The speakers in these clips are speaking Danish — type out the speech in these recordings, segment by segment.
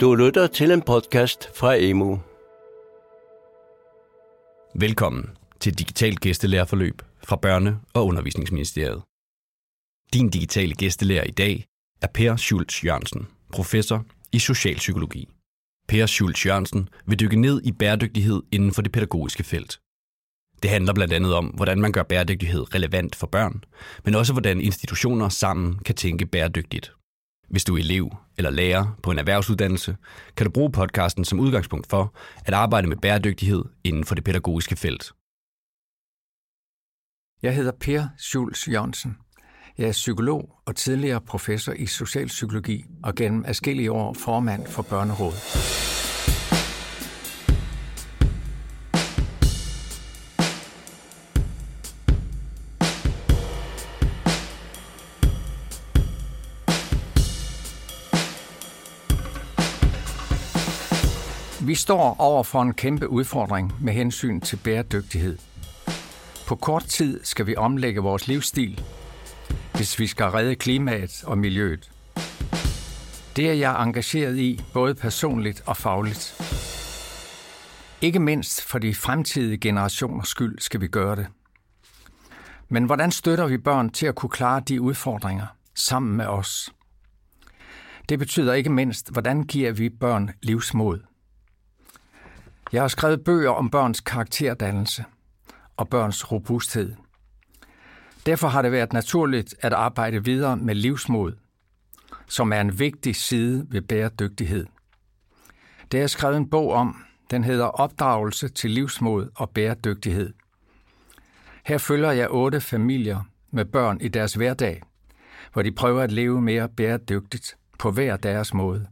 Du lytter til en podcast fra Emu. Velkommen til Digitalt Gæstelærerforløb fra Børne- og Undervisningsministeriet. Din digitale gæstelærer i dag er Per Schultz Jørgensen, professor i socialpsykologi. Per Schultz Jørgensen vil dykke ned i bæredygtighed inden for det pædagogiske felt. Det handler blandt andet om, hvordan man gør bæredygtighed relevant for børn, men også hvordan institutioner sammen kan tænke bæredygtigt. Hvis du er elev eller lærer på en erhvervsuddannelse, kan du bruge podcasten som udgangspunkt for at arbejde med bæredygtighed inden for det pædagogiske felt. Jeg hedder Per Schultz Jørgensen. Jeg er psykolog og tidligere professor i socialpsykologi og gennem adskillige år formand for Børnerådet. Vi står over for en kæmpe udfordring med hensyn til bæredygtighed. På kort tid skal vi omlægge vores livsstil, hvis vi skal redde klimaet og miljøet. Det er jeg engageret i, både personligt og fagligt. Ikke mindst for de fremtidige generationers skyld skal vi gøre det. Men hvordan støtter vi børn til at kunne klare de udfordringer sammen med os? Det betyder ikke mindst, hvordan giver vi børn livsmod? Jeg har skrevet bøger om børns karakterdannelse og børns robusthed. Derfor har det været naturligt at arbejde videre med livsmod, som er en vigtig side ved bæredygtighed. Det har jeg skrevet en bog om. Den hedder Opdragelse til livsmod og bæredygtighed. Her følger jeg 8 familier med børn i deres hverdag, hvor de prøver at leve mere bæredygtigt på hver deres måde.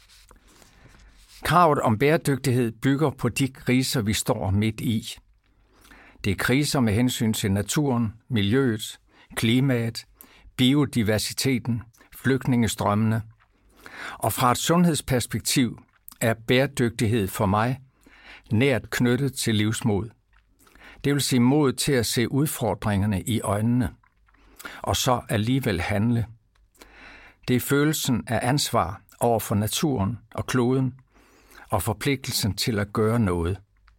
Kravet om bæredygtighed bygger på de kriser, vi står midt i. Det er kriser med hensyn til naturen, miljøet, klimaet, biodiversiteten, flygtningestrømmene. Og fra et sundhedsperspektiv er bæredygtighed for mig nært knyttet til livsmod. Det vil sige mod til at se udfordringerne i øjnene, og så alligevel handle. Det er følelsen af ansvar over for naturen og kloden, og forpligtelsen til at gøre noget.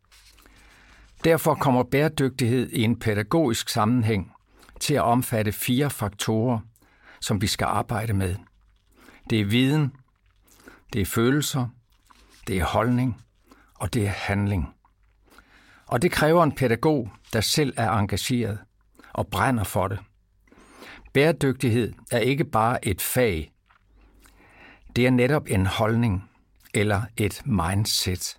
Derfor kommer bæredygtighed i en pædagogisk sammenhæng til at omfatte 4 faktorer, som vi skal arbejde med. Det er viden, det er følelser, det er holdning, og det er handling. Og det kræver en pædagog, der selv er engageret og brænder for det. Bæredygtighed er ikke bare et fag. Det er netop en holdning eller et mindset.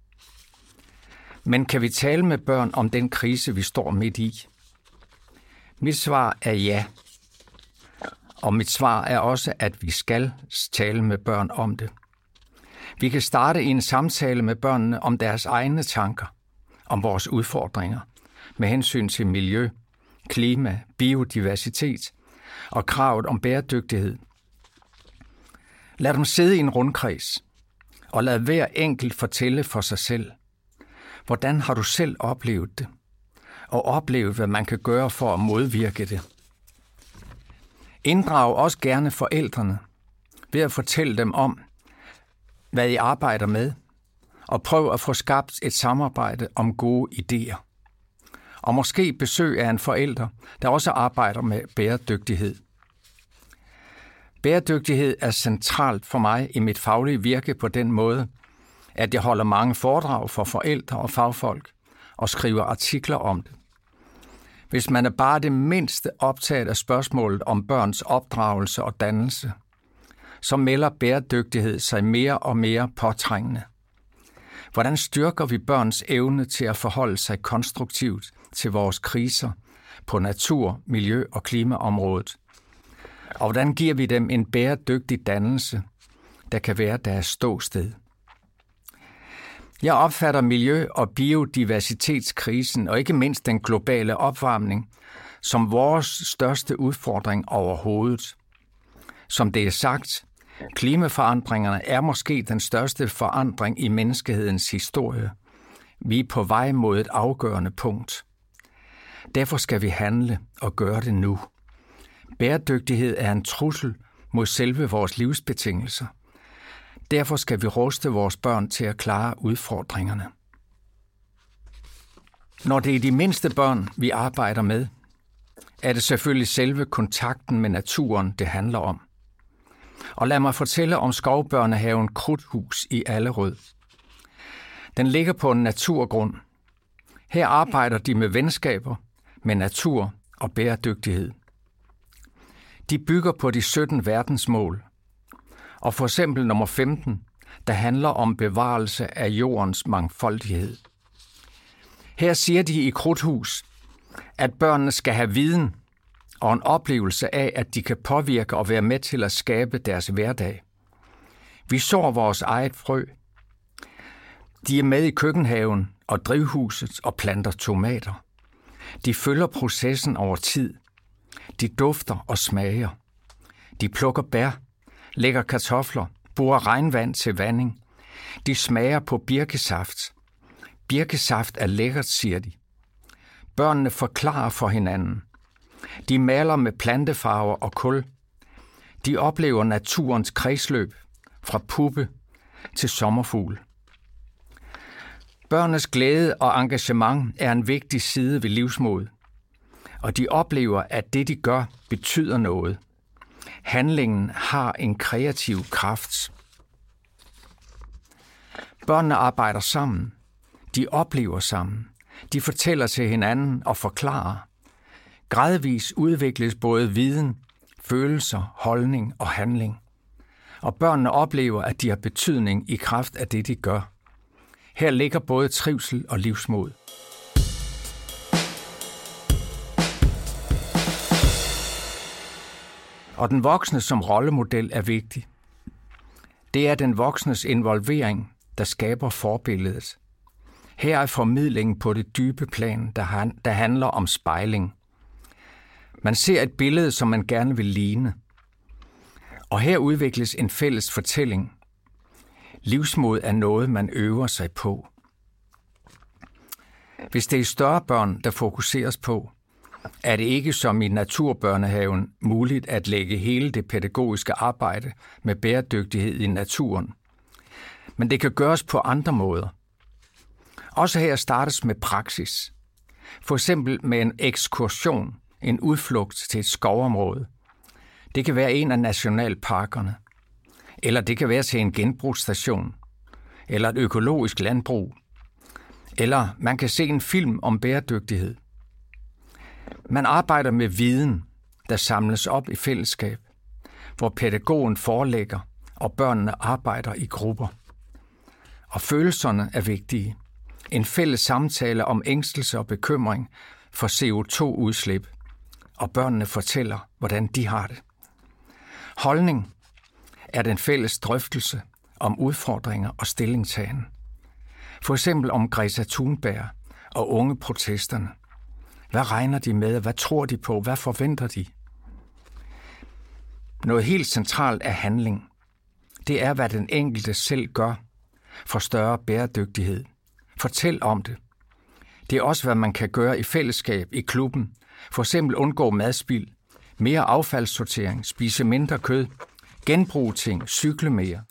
Men kan vi tale med børn om den krise, vi står midt i? Mit svar er ja. Og mit svar er også, at vi skal tale med børn om det. Vi kan starte i en samtale med børnene om deres egne tanker, om vores udfordringer, med hensyn til miljø, klima, biodiversitet og kravet om bæredygtighed. Lad dem sidde i en rundkreds, og lad hver enkelt fortælle for sig selv. Hvordan har du selv oplevet det? Og oplevet, hvad man kan gøre for at modvirke det. Inddrag også gerne forældrene ved at fortælle dem om, hvad I arbejder med, og prøv at få skabt et samarbejde om gode idéer. Og måske besøg af en forælder, der også arbejder med bæredygtighed. Bæredygtighed er centralt for mig i mit faglige virke på den måde, at jeg holder mange foredrag for forældre og fagfolk og skriver artikler om det. Hvis man er bare det mindste optaget af spørgsmålet om børns opdragelse og dannelse, så melder bæredygtighed sig mere og mere påtrængende. Hvordan styrker vi børns evne til at forholde sig konstruktivt til vores kriser på natur-, miljø- og klimaområdet? Og hvordan giver vi dem en bæredygtig dannelse, der kan være deres ståsted? Jeg opfatter miljø- og biodiversitetskrisen og ikke mindst den globale opvarmning som vores største udfordring overhovedet. Som det er sagt, klimaforandringerne er måske den største forandring i menneskehedens historie. Vi er på vej mod et afgørende punkt. Derfor skal vi handle og gøre det nu. Bæredygtighed er en trussel mod selve vores livsbetingelser. Derfor skal vi ruste vores børn til at klare udfordringerne. Når det er de mindste børn, vi arbejder med, er det selvfølgelig selve kontakten med naturen, det handler om. Og lad mig fortælle om skovbørnehaven Krudthus i Allerød. Den ligger på en naturgrund. Her arbejder de med venskaber, med natur og bæredygtighed. De bygger på de 17 verdensmål. Og for eksempel nummer 15, der handler om bevarelse af jordens mangfoldighed. Her siger de i Krudthus, at børnene skal have viden og en oplevelse af, at de kan påvirke og være med til at skabe deres hverdag. Vi sår vores eget frø. De er med i køkkenhaven og drivhuset og planter tomater. De følger processen over tid. De dufter og smager. De plukker bær, lægger kartofler, bruger regnvand til vanding. De smager på birkesaft. Birkesaft er lækkert, siger de. Børnene forklarer for hinanden. De maler med plantefarver og kul. De oplever naturens kredsløb fra puppe til sommerfugl. Børnenes glæde og engagement er en vigtig side ved livsmod, og de oplever, at det, de gør, betyder noget. Handlingen har en kreativ kraft. Børnene arbejder sammen. De oplever sammen. De fortæller til hinanden og forklarer. Gradvis udvikles både viden, følelser, holdning og handling. Og børnene oplever, at de har betydning i kraft af det, de gør. Her ligger både trivsel og livsmod. Og den voksne som rollemodel er vigtig. Det er den voksnes involvering, der skaber forbilledet. Her er formidlingen på det dybe plan, der handler om spejling. Man ser et billede, som man gerne vil ligne. Og her udvikles en fælles fortælling. Livsmod er noget, man øver sig på. Hvis det er større børn, der fokuseres på, er det ikke som i naturbørnehaven muligt at lægge hele det pædagogiske arbejde med bæredygtighed i naturen. Men det kan gøres på andre måder. Også her startes med praksis. For eksempel med en ekskursion, en udflugt til et skovområde. Det kan være en af nationalparkerne. Eller det kan være til en genbrugsstation. Eller et økologisk landbrug. Eller man kan se en film om bæredygtighed. Man arbejder med viden, der samles op i fællesskab, hvor pædagogen forelægger, og børnene arbejder i grupper. Og følelserne er vigtige. En fælles samtale om ængstelse og bekymring for CO2-udslip, og børnene fortæller, hvordan de har det. Holdning er den fælles drøftelse om udfordringer og stillingtagen. For eksempel om Greta Thunberg og unge protesterne. Hvad regner de med? Hvad tror de på? Hvad forventer de? Noget helt centralt er handling. Det er, hvad den enkelte selv gør for større bæredygtighed. Fortæl om det. Det er også, hvad man kan gøre i fællesskab i klubben. For eksempel undgå madspild, mere affaldssortering, spise mindre kød, genbruge ting, cykle mere.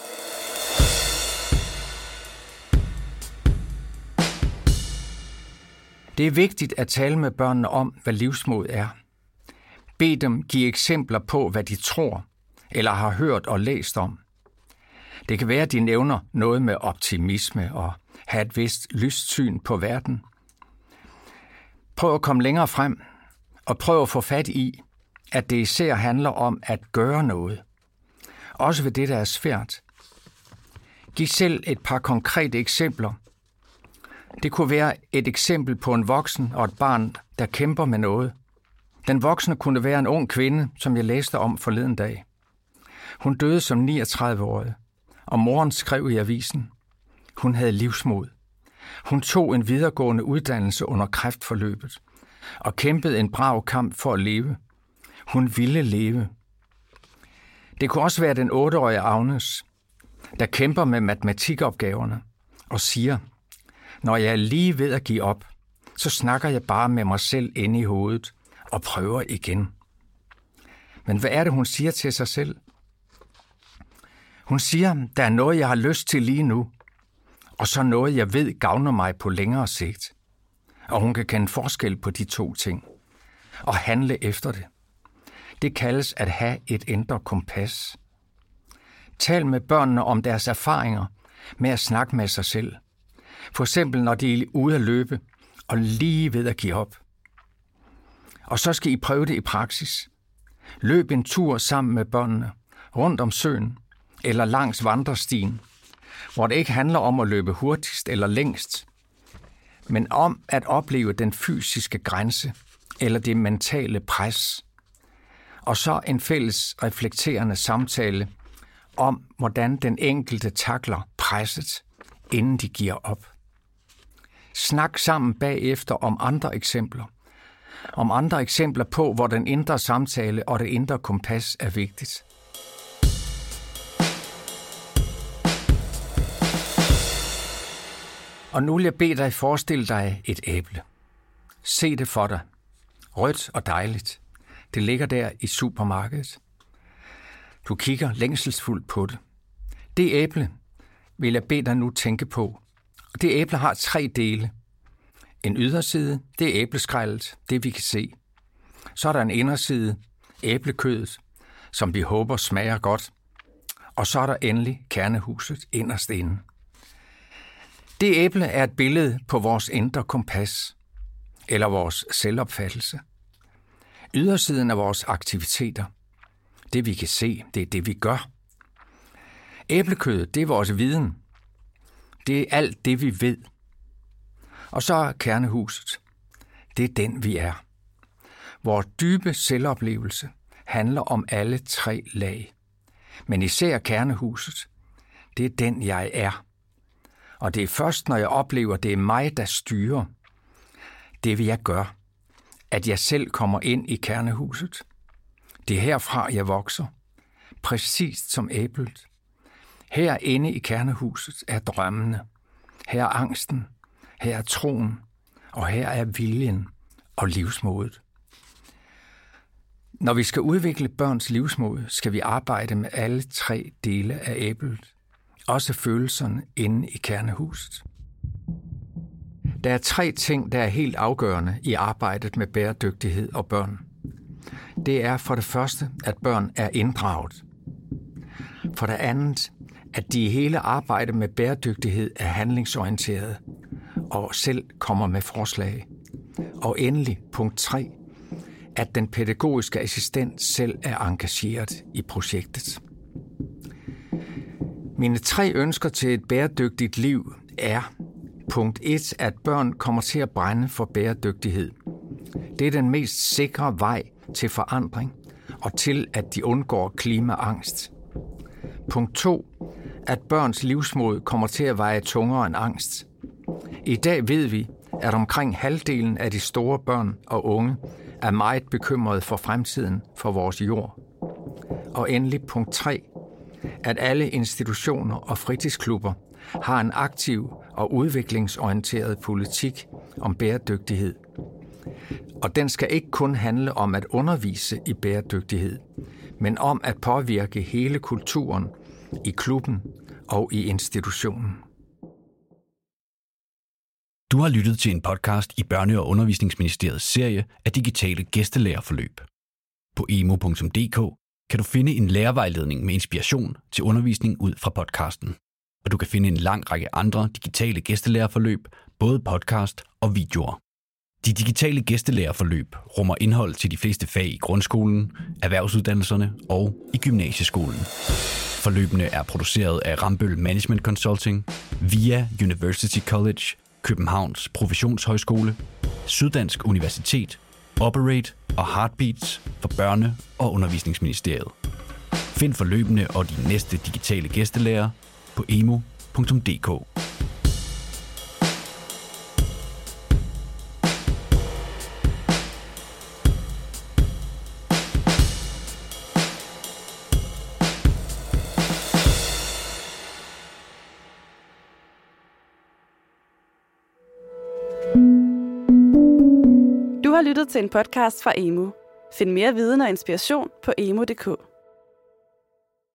Det er vigtigt at tale med børnene om, hvad livsmod er. Bed dem give eksempler på, hvad de tror eller har hørt og læst om. Det kan være, at de nævner noget med optimisme og have et vist lyst syn på verden. Prøv at komme længere frem og prøv at få fat i, at det især handler om at gøre noget. Også ved det, der er svært. Giv selv et par konkrete eksempler. Det kunne være et eksempel på en voksen og et barn, der kæmper med noget. Den voksne kunne være en ung kvinde, som jeg læste om forleden dag. Hun døde som 39-årig, og moren skrev i avisen. Hun havde livsmod. Hun tog en videregående uddannelse under kræftforløbet og kæmpede en brav kamp for at leve. Hun ville leve. Det kunne også være den 8-årige Agnes, der kæmper med matematikopgaverne og siger, når jeg er lige ved at give op, så snakker jeg bare med mig selv inde i hovedet og prøver igen. Men hvad er det, hun siger til sig selv? Hun siger, der er noget, jeg har lyst til lige nu, og så noget, jeg ved gavner mig på længere sigt. Og hun kan kende forskel på de to ting og handle efter det. Det kaldes at have et indre kompas. Tal med børnene om deres erfaringer med at snakke med sig selv. For eksempel når de er ude at løbe og lige ved at give op. Og så skal I prøve det i praksis. Løb en tur sammen med børnene rundt om søen eller langs vandrestien, hvor det ikke handler om at løbe hurtigst eller længst, men om at opleve den fysiske grænse eller det mentale pres. Og så en fælles reflekterende samtale om, hvordan den enkelte takler presset, inden de giver op. Snak sammen bagefter om andre eksempler. Om andre eksempler på, hvor den indre samtale og det indre kompas er vigtigt. Og nu vil jeg bede dig forestille dig et æble. Se det for dig. Rødt og dejligt. Det ligger der i supermarkedet. Du kigger længselsfuldt på det. Det æble vil jeg bede dig nu tænke på. Det æble har 3 dele. En yderside, det er æbleskrællet, det vi kan se. Så er der en inderside, æblekødet, som vi håber smager godt. Og så er der endelig kernehuset inderst inde. Det æble er et billede på vores indre kompas, eller vores selvopfattelse. Ydersiden af vores aktiviteter. Det vi kan se, det er det vi gør. Æblekødet, det er vores viden. Det er alt det vi ved. Og så er kernehuset. Det er den vi er. Vores dybe selvoplevelse handler om alle 3 lag. Men især kernehuset, det er den jeg er. Og det er først, når jeg oplever, at det er mig, der styrer det, vil jeg gør, at jeg selv kommer ind i kernehuset. Det er herfra, jeg vokser, præcist som æblet. Herinde i kernehuset er drømmene, her er angsten, her er troen, og her er viljen og livsmodet. Når vi skal udvikle børns livsmod, skal vi arbejde med alle 3 dele af æblet, også følelserne inde i kernehuset. Der er 3 ting, der er helt afgørende i arbejdet med bæredygtighed og børn. Det er for det første, at børn er inddraget. For det andet, at de i hele arbejdet med bæredygtighed er handlingsorienterede og selv kommer med forslag. Og endelig, punkt 3, at den pædagogiske assistent selv er engageret i projektet. Mine 3 ønsker til et bæredygtigt liv er: punkt 1, at børn kommer til at brænde for bæredygtighed. Det er den mest sikre vej til forandring og til, at de undgår klimaangst. Punkt 2, at børns livsmod kommer til at veje tungere end angst. I dag ved vi, at omkring halvdelen af de store børn og unge er meget bekymrede for fremtiden for vores jord. Og endelig punkt 3, at alle institutioner og fritidsklubber har en aktiv og udviklingsorienteret politik om bæredygtighed. Og den skal ikke kun handle om at undervise i bæredygtighed, men om at påvirke hele kulturen i klubben og i institutionen. Du har lyttet til en podcast i Børne- og Undervisningsministeriets serie af digitale gæstelærerforløb. På emo.dk kan du finde en lærervejledning med inspiration til undervisning ud fra podcasten. Og du kan finde en lang række andre digitale gæstelærerforløb, både podcast og videoer. De digitale gæstelærerforløb rummer indhold til de fleste fag i grundskolen, erhvervsuddannelserne og i gymnasieskolen. Forløbene er produceret af Rambøll Management Consulting, VIA University College, Københavns Professionshøjskole, Syddansk Universitet, Operate og Heartbeats for Børne- og Undervisningsministeriet. Find forløbene og de næste digitale gæstelærer på emo.dk. Du har lyttet til en podcast fra Emo. Find mere viden og inspiration på emo.dk.